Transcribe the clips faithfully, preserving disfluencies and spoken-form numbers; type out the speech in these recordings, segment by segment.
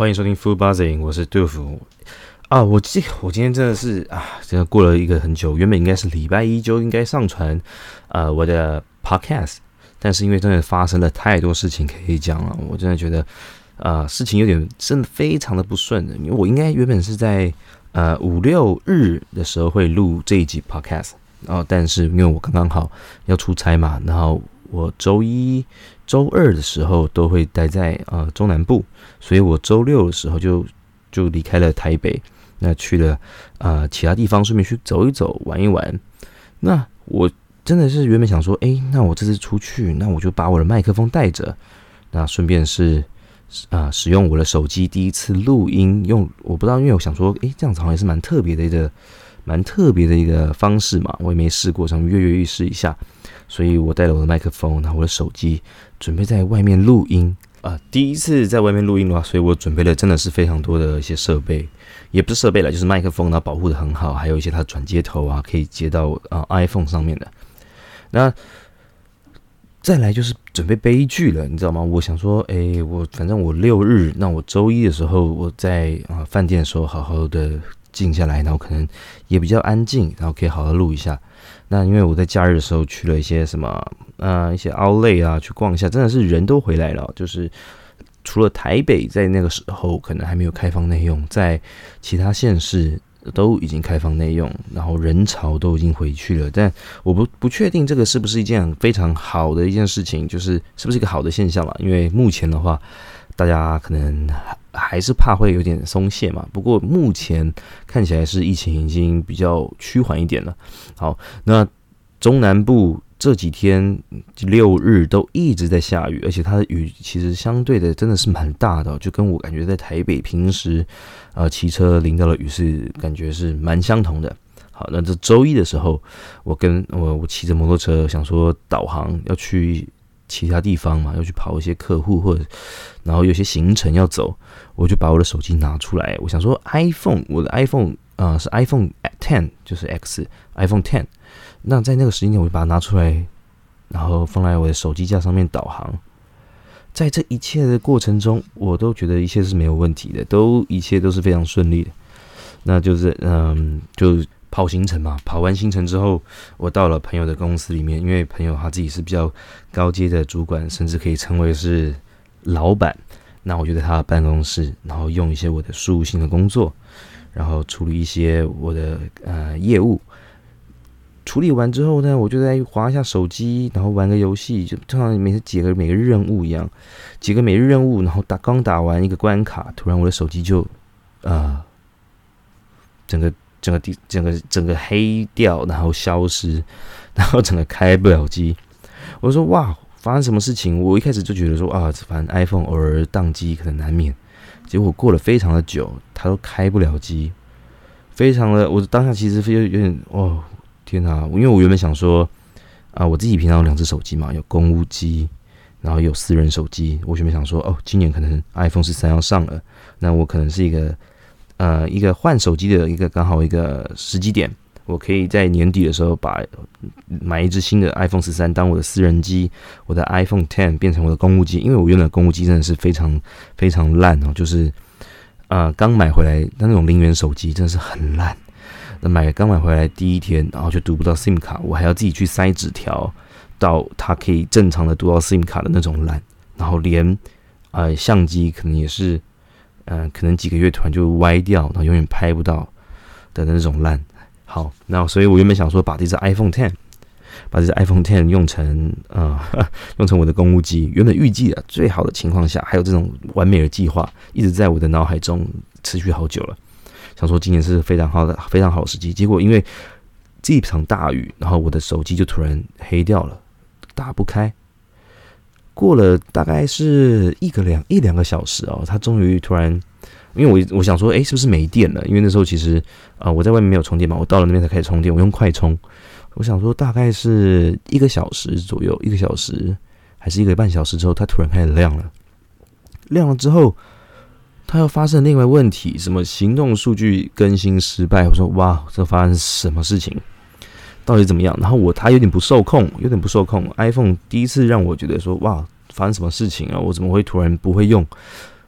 欢迎收听 Full Buzzing， 我是杜甫啊。我今我今天真的是啊，真的过了一个很久，原本应该是礼拜一就应该上传呃我的 podcast， 但是因为真的发生了太多事情可以讲了，我真的觉得呃事情有点真的非常的不顺的，因为我应该原本是在呃五六日的时候会录这一集 podcast， 然后但是因为我刚刚好要出差嘛，然后我周一、周二的时候都会待在呃中南部，所以我周六的时候就就离开了台北，那去了呃其他地方，顺便去走一走、玩一玩。那我真的是原本想说，哎，那我这次出去，那我就把我的麦克风带着，那顺便是啊、呃、使用我的手机第一次录音，用我不知道，因为我想说，哎，这样子好像也是蛮特别的一个蛮特别的一个方式嘛，我也没试过，想跃跃欲试一下。所以我带了我的麦克风，然后我的手机，准备在外面录音啊、呃。第一次在外面录音的话，所以我准备了真的是非常多的一些设备，也不是设备啦，就是麦克风，然后保护得很好，还有一些它的转接头啊，可以接到啊、呃、iPhone 上面的。那再来就是准备悲剧了，你知道吗？我想说，哎，我反正我六日，那我周一的时候，我在啊饭店的时候，好好的静下来，然后可能也比较安静，然后可以好好录一下。那因为我在假日的时候去了一些什么呃一些 outlet 啊，去逛一下，真的是人都回来了，就是除了台北在那个时候可能还没有开放内用，在其他县市都已经开放内用，然后人潮都已经回去了。但我不不确定这个是不是一件非常好的一件事情，就是是不是一个好的现象啦？因为目前的话，大家可能还是怕会有点松懈嘛。不过目前看起来是疫情已经比较趋缓一点了。好，那中南部这几天六日都一直在下雨，而且它的雨其实相对的真的是蛮大的，就跟我感觉在台北平时呃骑车淋到的雨是感觉是蛮相同的。好，那这周一的时候，我跟我我骑着摩托车想说导航要去其他地方嘛，要去跑一些客户或者然后有些行程要走，我就把我的手机拿出来，我想说 iPhone， 我的 iPhone 呃是 iPhone X， 就是 X iPhone X， 那在那个时间点我就把它拿出来，然后放在我的手机架上面导航。在这一切的过程中，我都觉得一切是没有问题的，都一切都是非常顺利的。那就是嗯就跑行程嘛，跑完行程之后，我到了朋友的公司里面，因为朋友他自己是比较高阶的主管，甚至可以称为是老板。那我就在他的办公室，然后用一些我的事务性的工作，然后处理一些我的呃业务。处理完之后呢，我就在滑一下手机，然后玩个游戏，就通常每次解个每个任务一样，解个每日任务，然后打刚打完一个关卡，突然我的手机就呃整个。整个整个整个黑掉，然后消失，然后整个开不了机。我说哇，发生什么事情？我一开始就觉得说啊，反正 iPhone 偶尔宕机可能难免。结果过了非常的久，它都开不了机，非常的，我当下其实有有点哦，天哪！因为我原本想说啊，我自己平常有两只手机嘛，有公务机，然后有私人手机。我原本想说哦，今年可能 iPhone 十三要上了，那我可能是一个。呃，一个换手机的一个刚好一个时机点，我可以在年底的时候把买一只新的 iPhone 十三当我的私人机，我的 iPhone X 变成我的公务机，因为我原本的公务机真的是非常非常烂哦，就是呃刚买回来那种零元手机真的是很烂，那买刚买回来第一天，然后就读不到 SIM 卡，我还要自己去塞纸条到它可以正常的读到 SIM 卡的那种烂，然后连呃相机可能也是。呃，可能几个月突然就歪掉，然后永远拍不到的那种烂。好，那所以我原本想说把这只 iPhone X， 把这只 iPhone X 用成呃用成我的公务机。原本预计的最好的情况下，还有这种完美的计划，一直在我的脑海中持续好久了。想说今年是非常好的非常好的时机，结果因为这一场大雨，然后我的手机就突然黑掉了，打不开。过了大概是一个两一两个小时哦，他终于突然，因为我我想说，哎，是不是没电了？因为那时候其实啊、呃，我在外面没有充电嘛，我到了那边才开始充电，我用快充。我想说大概是一个小时左右，一个小时还是一个半小时之后，它突然开始亮了。亮了之后，它又发生另外问题，什么行动数据更新失败。我说哇，这发生什么事情？到底怎么样？然后我他有点不受控，有点不受控。iPhone 第一次让我觉得说，哇，发生什么事情啊？我怎么会突然不会用？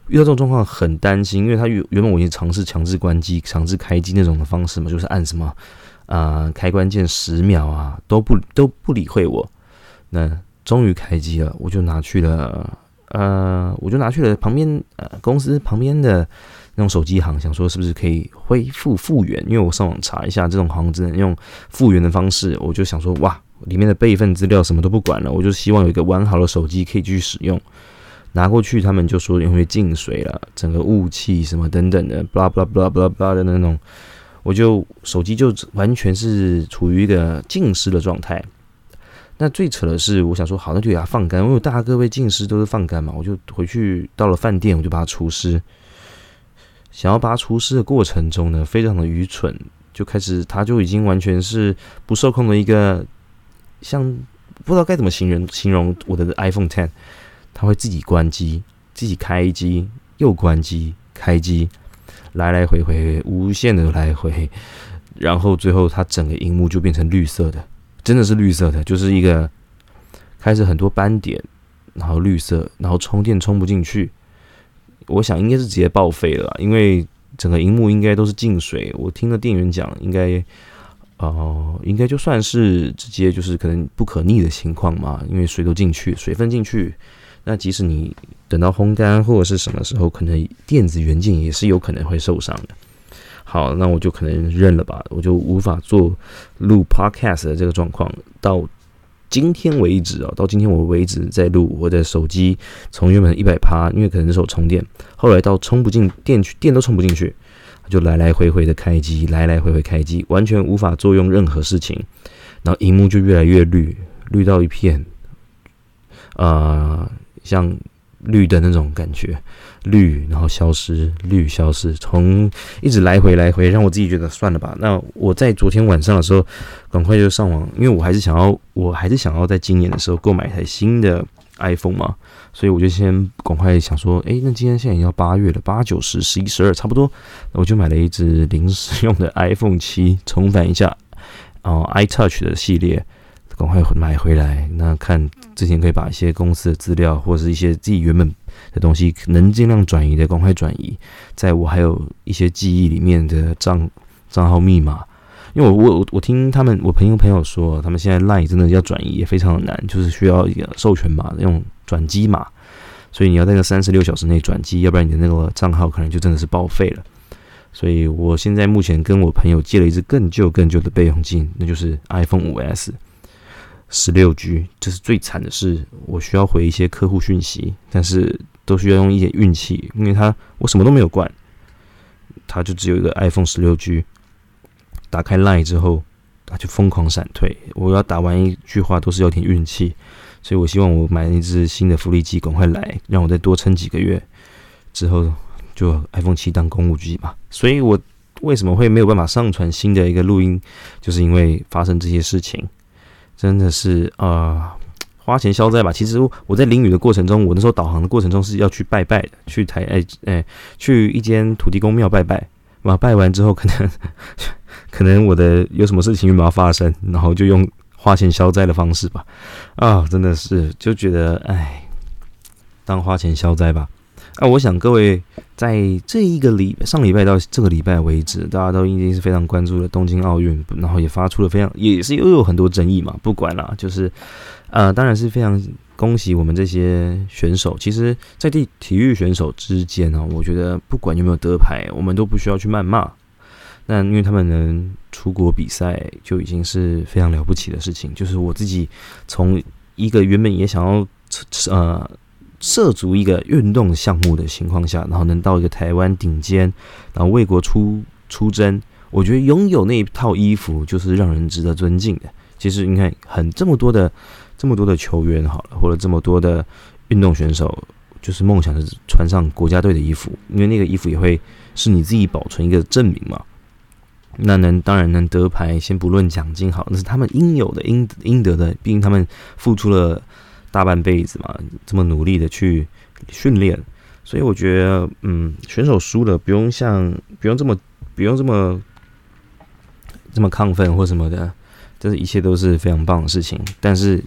遇到这种状况很担心，因为他原原本我已经尝试强制关机、强制开机那种的方式嘛，就是按什么啊、呃、开关键十秒啊，都不都不理会我。那终于开机了，我就拿去了呃，我就拿去了旁边呃公司旁边的那种手机行，想说是不是可以恢复复原，因为我上网查一下，这种好像只能用复原的方式，我就想说哇，里面的备份资料什么都不管了，我就希望有一个完好的手机可以继续使用。拿过去，他们就说因为进水了，整个雾气什么等等的，blah blah blah blah blah 的那种，我就手机就完全是处于一个浸湿的状态。那最扯的是，我想说好，那就给它放干，因为大家各位浸湿都是放干嘛，我就回去到了饭店，我就把它除湿。想要把它除湿的过程中呢，非常的愚蠢，就开始它就已经完全是不受控的一个，像不知道该怎么形容形容我的 iPhone X。它会自己关机、自己开机、又关机、开机，来来回回，无限的来回，然后最后它整个荧幕就变成绿色的，真的是绿色的，就是一个开始很多斑点，然后绿色，然后充电充不进去，我想应该是直接报废了，因为整个荧幕应该都是进水。我听了店员讲，应该哦、呃，应该就算是直接就是可能不可逆的情况嘛，因为水都进去，水分进去。那即使你等到烘干或者是什么时候，可能电子元件也是有可能会受伤的。好，那我就可能认了吧，我就无法做录 podcast 的这个状况。到今天为止哦，到今天我为止在录，我的手机从原本 百分之百， 因为可能那时候充电，后来到充不进电去，电都充不进去，就来来回回的开机，来来回回开机，完全无法作用任何事情。然后荧幕就越来越绿，绿到一片，呃。像绿的那种感觉，绿然后消失，绿消失，从一直来回来回，让我自己觉得算了吧。那我在昨天晚上的时候，赶快就上网，因为我还是想要，我还是想要在今年的时候购买一台新的 iPhone 嘛，所以我就先赶快想说，哎，那今天现在已经要八月了，八九十十一十二差不多，我就买了一支临时用的 iPhone 七，重返一下哦、呃、iTouch 的系列。赶快买回来，那看之前可以把一些公司的资料或者是一些自己原本的东西能尽量转移的，赶快转移。在我还有一些记忆里面的账账号密码，因为我我我听他们我朋友朋友说，他们现在 Line 真的要转移也非常的难，就是需要一个授权码那种转机码，所以你要在那三十六小时内转机，要不然你的那个账号可能就真的是报废了。所以我现在目前跟我朋友借了一支更旧更旧的备用机，那就是 iPhone 五 S。十六 G， 这是最惨的是，我需要回一些客户讯息，但是都需要用一点运气，因为它我什么都没有灌，它就只有一个 iPhone 十六 G， 打开 Line 之后，它就疯狂闪退，我要打完一句话都是要点运气，所以我希望我买一支新的福利机赶快来，让我再多撑几个月，之后就 iPhone 七当公务机吧。所以我为什么会没有办法上传新的一个录音，就是因为发生这些事情。真的是呃花钱消灾吧。其实我在淋雨的过程中，我那时候导航的过程中是要去拜拜的，去台哎哎去一间土地公庙拜拜。哇，拜完之后可能可能我的有什么事情没有发生，然后就用花钱消灾的方式吧。啊，真的是就觉得哎，当花钱消灾吧。啊，我想各位在这一个礼上礼拜到这个礼拜为止，大家都已经是非常关注了东京奥运，然后也发出了非常也是又有很多争议嘛。不管啦，就是呃，当然是非常恭喜我们这些选手。其实，在体体育选手之间呢，我觉得不管有没有得牌，我们都不需要去谩骂。那因为他们能出国比赛，就已经是非常了不起的事情。就是我自己从一个原本也想要呃。涉足一个运动项目的情况下，然后能到一个台湾顶尖，然后为国出出征，我觉得拥有那一套衣服就是让人值得尊敬的。其实你看，很这么多的这么多的球员好了，或者这么多的运动选手，就是梦想是穿上国家队的衣服，因为那个衣服也会是你自己保存一个证明嘛。那能当然能得牌，先不论奖金好，那是他们应有的、应应得的，毕竟他们付出了大半辈子嘛，这么努力的去训练，所以我觉得，嗯，选手输了不用像不用这么不用这么这么亢奋或什么的，这一切都是非常棒的事情。但是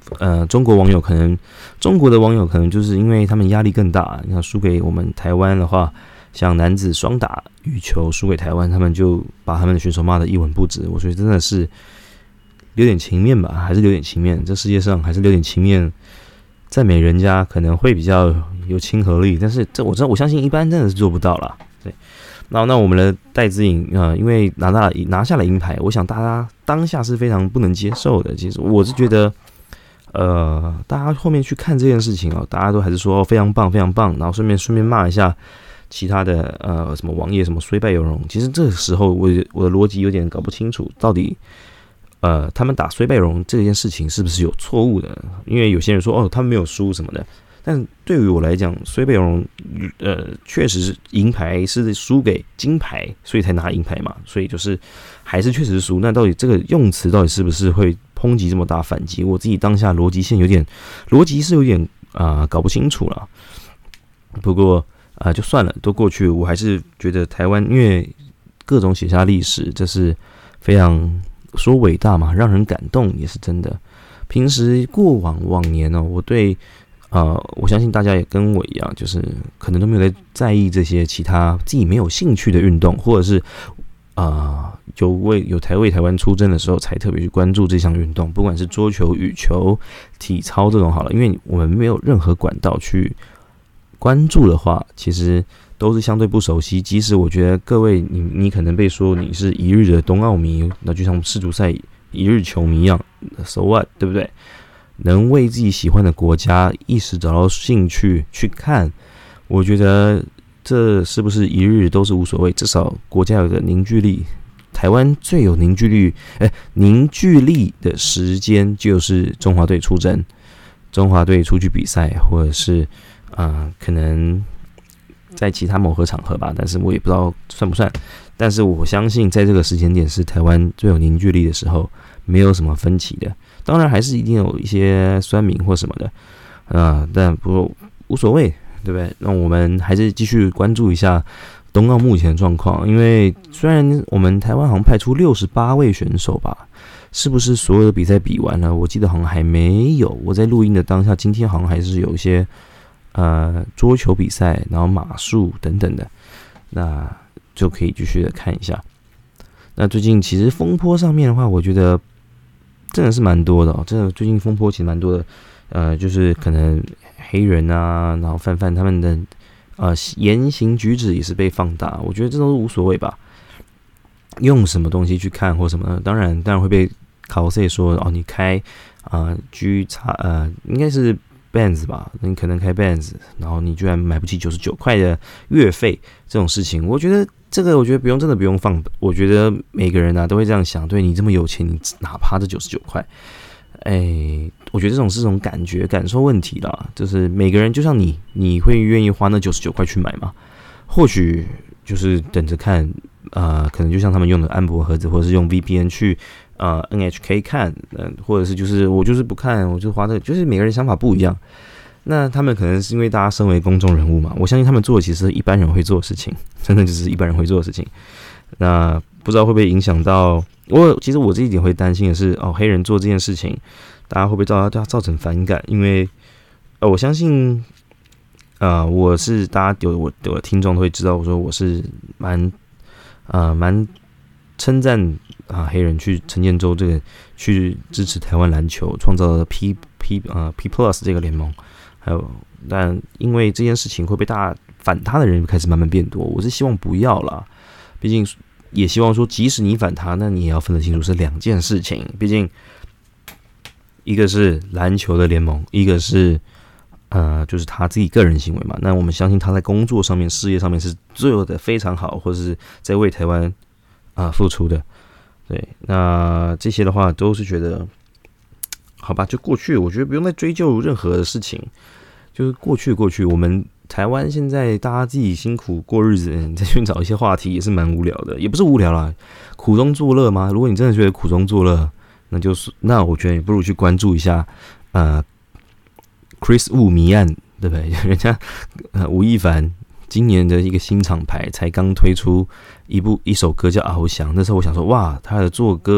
呃，中国网友可能，中国的网友可能就是因为他们压力更大，你看输给我们台湾的话，像男子双打羽球输给台湾，他们就把他们的选手骂得一文不值。我觉得真的是留点情面吧，还是留点情面。这世界上还是留点情面，赞美人家可能会比较有亲和力，但是这我知道，我相信一般真的是做不到啦。对，那那我们的戴资颖啊、呃，因为拿到了拿下了银牌，我想大家当下是非常不能接受的。其实我是觉得。呃，大家后面去看这件事情哦，大家都还是说、哦、非常棒，非常棒，然后顺便顺便骂一下其他的呃什么网页什么虽败犹荣。其实这个时候我我的逻辑有点搞不清楚，到底呃他们打虽败犹荣这件事情是不是有错误的？因为有些人说哦他们没有输什么的，但对于我来讲，虽败犹荣呃确实是银牌是输给金牌，所以才拿银牌嘛，所以就是还是确实是输。那到底这个用词到底是不是会？抨击这么大反击，我自己当下逻辑线有点，逻辑是有点啊、呃、搞不清楚了。不过啊、呃、就算了，都过去，我还是觉得台湾因为各种写下历史，这是非常说伟大嘛，让人感动也是真的。平时过往往年呢、哦，我对呃我相信大家也跟我一样，就是可能都没有在在意这些其他自己没有兴趣的运动，或者是。啊、呃，有为有台为台湾出征的时候，才特别去关注这项运动，不管是桌球、羽球、体操这种好了，因为我们没有任何管道去关注的话，其实都是相对不熟悉。即使我觉得各位你你可能被说你是一日的冬奥迷，那就像世足赛一日球迷一样 ，so what， 对不对？能为自己喜欢的国家一时找到兴趣去看，我觉得。这是不是一日都是无所谓？至少国家有个凝聚力。台湾最有凝聚力，哎，凝聚力的时间就是中华队出征，中华队出去比赛，或者是啊、呃，可能在其他某个场合吧，但是我也不知道算不算。但是我相信，在这个时间点是台湾最有凝聚力的时候，没有什么分歧的。当然，还是一定有一些酸民或什么的，啊、呃，但不过无所谓。对不对？那我们还是继续关注一下冬奥目前的状况，因为虽然我们台湾好像派出六十八位选手吧，是不是所有的比赛比完了？我记得好像还没有。我在录音的当下，今天好像还是有一些呃桌球比赛，然后马术等等的，那就可以继续的看一下。那最近其实风波上面的话，我觉得真的是蛮多的哦，真的最近风波其实蛮多的，呃，就是可能。黑人啊，然后泛泛他们的呃言行举止也是被放大，我觉得这都是无所谓吧。用什么东西去看或什么，当然当然会被考试说哦，你开啊、呃、G 叉呃应该是 Benz 吧，你可能开 Benz， 然后你居然买不起九十九块的月费这种事情，我觉得这个我觉得不用真的不用放，我觉得每个人啊都会这样想，对你这么有钱，你哪怕这九十九块。哎，我觉得这种是种感觉、感受问题啦。就是每个人，就像你，你会愿意花那九十九块去买吗？或许就是等着看，呃，可能就像他们用的安博盒子，或者是用 V P N 去呃 N H K 看，嗯、呃，或者是就是我就是不看，我就花这个，就是每个人想法不一样。那他们可能是因为大家身为公众人物嘛，我相信他们做的其实是一般人会做的事情，真的就是一般人会做的事情。那不知道会不会影响到我？其实我这一点会担心的是，哦，黑人做这件事情，大家会不会对他对他造成反感？因为呃，我相信，呃，我是大家有我的听众都会知道，我说我是蛮呃蛮称赞啊黑人去陈建州这个去支持台湾篮球，创造了 P P 呃 P Plus 这个联盟，还有但因为这件事情会被大家反他的人开始慢慢变多，我是希望不要啦。毕竟也希望说，即使你反他，那你也要分得清楚是两件事情。毕竟一个是篮球的联盟，一个是呃，就是他自己个人行为嘛。那我们相信他在工作上面、事业上面是做的非常好，或者是在为台湾啊、呃、付出的。对，那这些的话都是觉得好吧，就过去，我觉得不用再追究任何的事情，就是过去过去，我们。台湾现在大家自己辛苦过日子，再去找一些话题也是蛮无聊的，也不是无聊啦，苦中作乐吗？如果你真的觉得苦中作乐，那就是那我觉得你不如去关注一下，呃 ，Chris Wu 谜案，对不对？人家呃吴亦凡今年的一个新厂牌才刚推出一部一首歌叫《翱翔》，那时候我想说，哇，他的做歌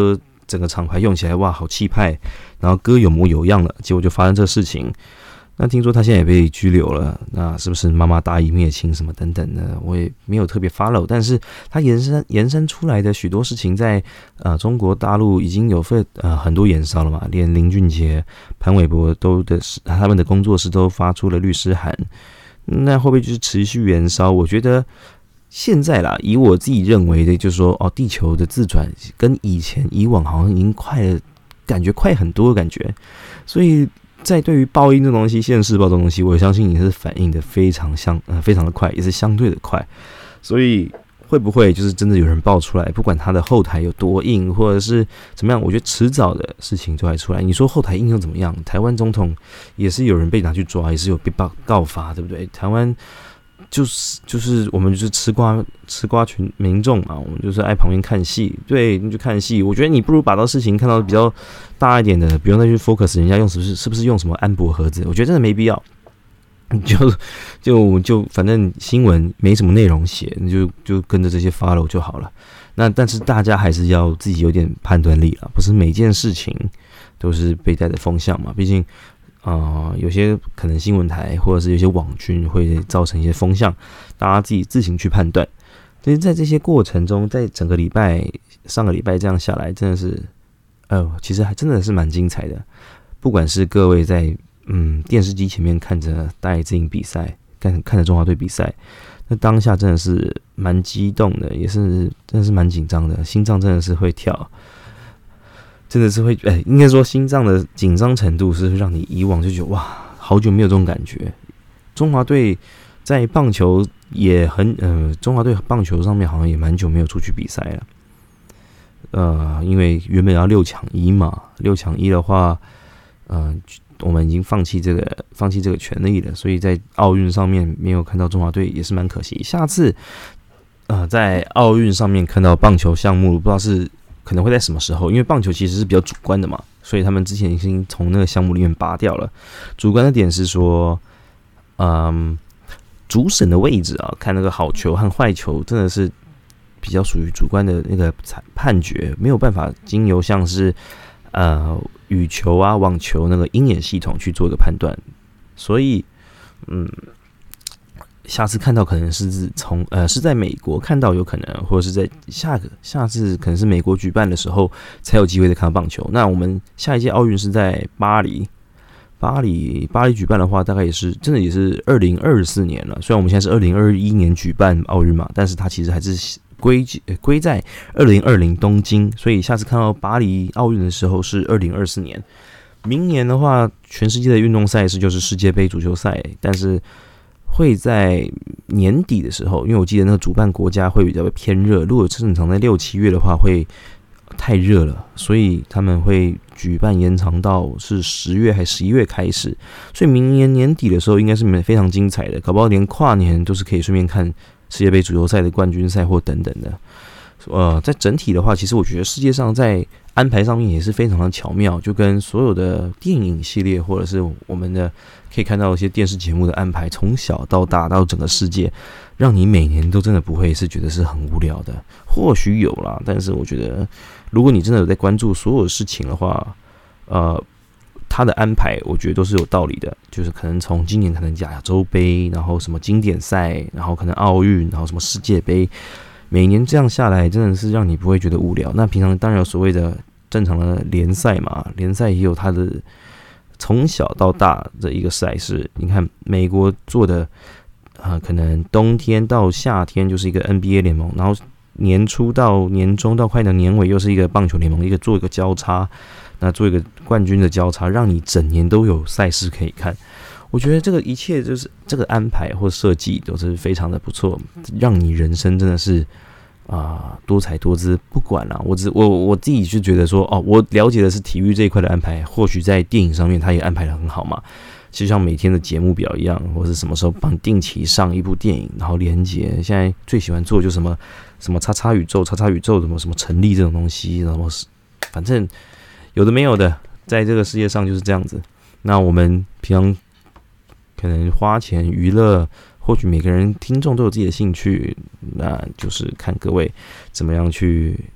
整个厂牌用起来哇好气派，然后歌有模有样了，结果就发生这事情。那听说他现在也被拘留了，那是不是妈妈大义灭亲什么等等的，我也没有特别 follow， 但是他延伸延伸出来的许多事情在，呃中国大陆已经有份呃很多延烧了嘛，连林俊杰、潘玮柏都的他们的工作室都发出了律师函，那会不会就是持续延烧？我觉得现在啦，以我自己认为的，就是说哦，地球的自转跟以前以往好像已经快了，感觉快很多的感觉，所以。在对于爆音这东西，现世报这东西，我相信也是反应的非常相呃非常的快，也是相对的快。所以会不会就是真的有人爆出来，不管他的后台有多硬，或者是怎么样，我觉得迟早的事情就会出来。你说后台硬又怎么样？台湾总统也是有人被拿去抓，也是有被告告发，对不对？台湾就是就是我们就是吃瓜吃瓜群民众嘛，我们就是爱旁边看戏，对，你就看戏。我觉得你不如把到事情看到比较大一点的，不用再去 focus 人家用是不是是不是用什么安博盒子，我觉得真的没必要。就就就反正新闻没什么内容写，你就就跟着这些 follow 就好了。那但是大家还是要自己有点判断力啦，不是每件事情都是被带的风向嘛，毕竟。呃，有些可能新闻台或者是有些网军会造成一些风向，大家自己自行去判断。所以在这些过程中，在整个礼拜、上个礼拜这样下来，真的是，呃，其实还真的是蛮精彩的。不管是各位在嗯电视机前面看着大野智英比赛，看看着中华队比赛，那当下真的是蛮激动的，也是真的是蛮紧张的，心脏真的是会跳。真的是会，哎、欸，应该说心脏的紧张程度是让你以往就觉得哇，好久没有这种感觉。中华队在棒球也很，呃，中华队棒球上面好像也蛮久没有出去比赛了。呃，因为原本要六抢一嘛，六抢一的话，呃，我们已经放弃这个放弃这个权利了，所以在奥运上面没有看到中华队也是蛮可惜。下次，呃，在奥运上面看到棒球项目，不知道是。可能会在什么时候？因为棒球其实是比较主观的嘛，所以他们之前已经从那个项目里面拔掉了。主观的点是说，嗯，主审的位置啊，看那个好球和坏球，真的是比较属于主观的那个判决，没有办法经由像是呃羽球啊、网球那个鹰眼系统去做一个判断。所以，嗯。下次看到可能是从呃是在美国看到有可能，或者是在下个下次可能是美国举办的时候才有机会再看到棒球。那我们下一届奥运是在巴黎，巴黎巴黎举办的话，大概也是真的也是二零二四年了。虽然我们现在是二零二一年举办奥运嘛，但是它其实还是归归在二零二零东京，所以下次看到巴黎奥运的时候是二零二四年。明年的话，全世界的运动赛事就是世界杯足球赛，但是。会在年底的时候，因为我记得那个主办国家会比较偏热，如果正常在六七月的话会太热了，所以他们会举办延长到是十月还十一月开始，所以明年年底的时候应该是非常精彩的，搞不好连跨年都是可以顺便看世界杯足球赛的冠军赛或等等的。呃，在整体的话，其实我觉得世界上在安排上面也是非常的巧妙，就跟所有的电影系列或者是我们的可以看到一些电视节目的安排，从小到大到整个世界，让你每年都真的不会是觉得是很无聊的。或许有啦，但是我觉得如果你真的有在关注所有事情的话，呃，它的安排我觉得都是有道理的。就是可能从今年可能亚洲杯，然后什么经典赛，然后可能奥运，然后什么世界杯。每年这样下来，真的是让你不会觉得无聊。那平常当然有所谓的正常的联赛嘛，联赛也有它的从小到大的一个赛事。你看美国做的，呃，可能冬天到夏天就是一个 N B A 联盟，然后年初到年中到快到年尾又是一个棒球联盟，一个做一个交叉，那做一个冠军的交叉，让你整年都有赛事可以看。我觉得这个一切就是这个安排或设计都是非常的不错，让你人生真的是啊、呃、多彩多姿。不管啦，我只我我自己就觉得说，哦，我了解的是体育这一块的安排，或许在电影上面它也安排得很好嘛。就像每天的节目表一样，或是什么时候帮你定期上一部电影，然后连结。现在最喜欢做就是什么什么叉叉宇宙、叉叉宇宙什么什么成立这种东西，然后反正有的没有的，在这个世界上就是这样子。那我们平常可能花钱娱乐，或许每个人听众都有自己的兴趣，那就是看各位怎么样去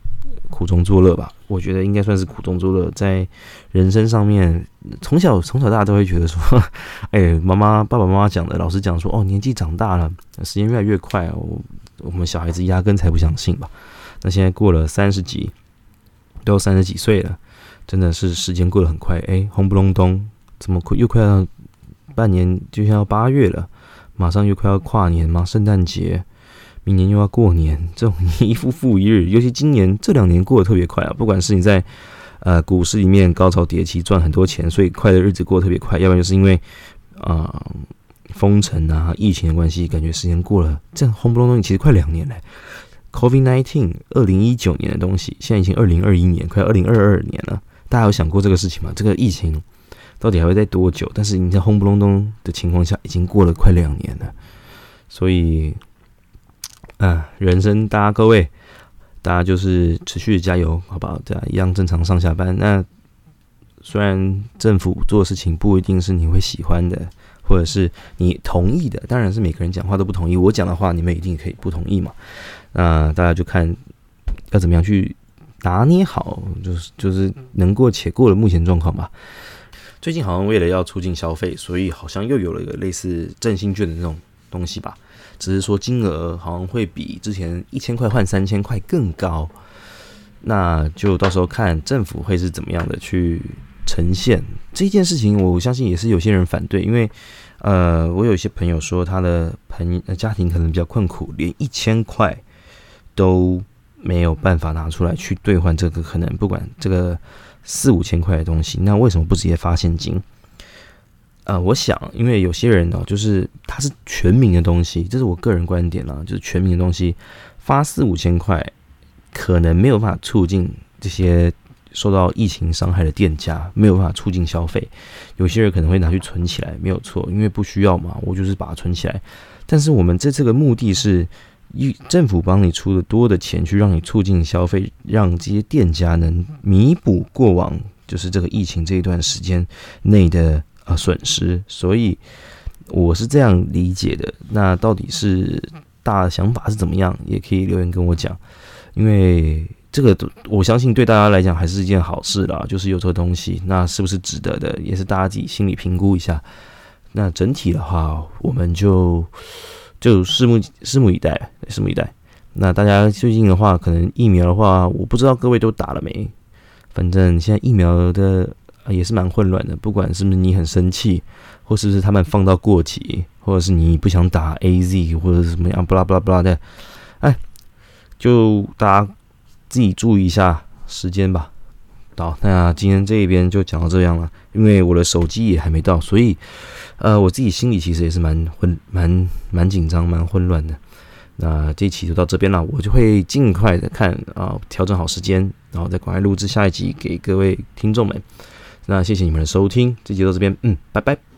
苦中作乐吧，我觉得应该算是苦中作乐，在人生上面，从小从小大家都会觉得说，哎，妈妈爸爸妈妈讲的，老师讲说，哦，年纪长大了，时间越来越快，我我们小孩子压根才不相信吧。那现在过了三十几，都三十几岁了，真的是时间过得很快，哎，轰不隆咚，怎么又快要半年，就像要八月了，马上又快要跨年嘛，圣诞节。明年又要过年，这种一复复一日，尤其今年这两年过得特别快啊！不管是你在呃股市里面高潮迭起赚很多钱，所以快的日子过得特别快；要不然就是因为啊、呃、封城啊、疫情的关系，感觉时间过了这轰不隆咚，其实快两年了。COVID 十九 二零一九年的东西，现在已经二零二一年，快二零二二年了。大家有想过这个事情吗？这个疫情到底还会在多久？但是你在轰不隆咚的情况下，已经过了快两年了，所以。啊，人生，大家各位，大家就是持续加油，好不好？大家一样正常上下班。那虽然政府做的事情不一定是你会喜欢的，或者是你同意的，当然是每个人讲话都不同意。我讲的话，你们一定可以不同意嘛？那大家就看要怎么样去拿捏好，就是就是能过且过的目前状况吧。最近好像为了要促进消费，所以好像又有了一个类似振兴券的那种东西吧。只是说金额好像会比之前一千块换三千块更高，那就到时候看政府会是怎么样的去呈现这件事情。我相信也是有些人反对，因为呃，我有一些朋友说他的朋友家庭可能比较困苦，连一千块都没有办法拿出来去兑换这个可能不管这个四五千块的东西，那为什么不直接发现金？呃，我想，因为有些人呢、哦，就是它是全民的东西，这是我个人观点啦，就是全民的东西发四五千块，可能没有办法促进这些受到疫情伤害的店家，没有办法促进消费。有些人可能会拿去存起来，没有错，因为不需要嘛，我就是把它存起来。但是我们这次的目的是，政府帮你出的多的钱去让你促进消费，让这些店家能弥补过往就是这个疫情这一段时间内的。啊，损失，所以我是这样理解的。那到底是大的想法是怎么样，也可以留言跟我讲。因为这个我相信对大家来讲还是一件好事啦，就是有这个东西，那是不是值得的，也是大家自己心里评估一下。那整体的话，我们就就拭目拭目以待，拭目以待。那大家最近的话，可能疫苗的话，我不知道各位都打了没。反正现在疫苗的。也是蛮混乱的，不管是不是你很生气，或是不是他们放到过期，或者是你不想打 A Z 或者是什么样，不啦不啦不啦的，哎，就大家自己注意一下时间吧。好，那今天这一边就讲到这样了，因为我的手机也还没到，所以呃，我自己心里其实也是蛮混、蛮蛮紧张、蛮混乱的。那这一期就到这边了，我就会尽快的看啊，调整好时间，然后再赶快录制下一集给各位听众们。那谢谢你们的收听，这集到这边，嗯，拜拜。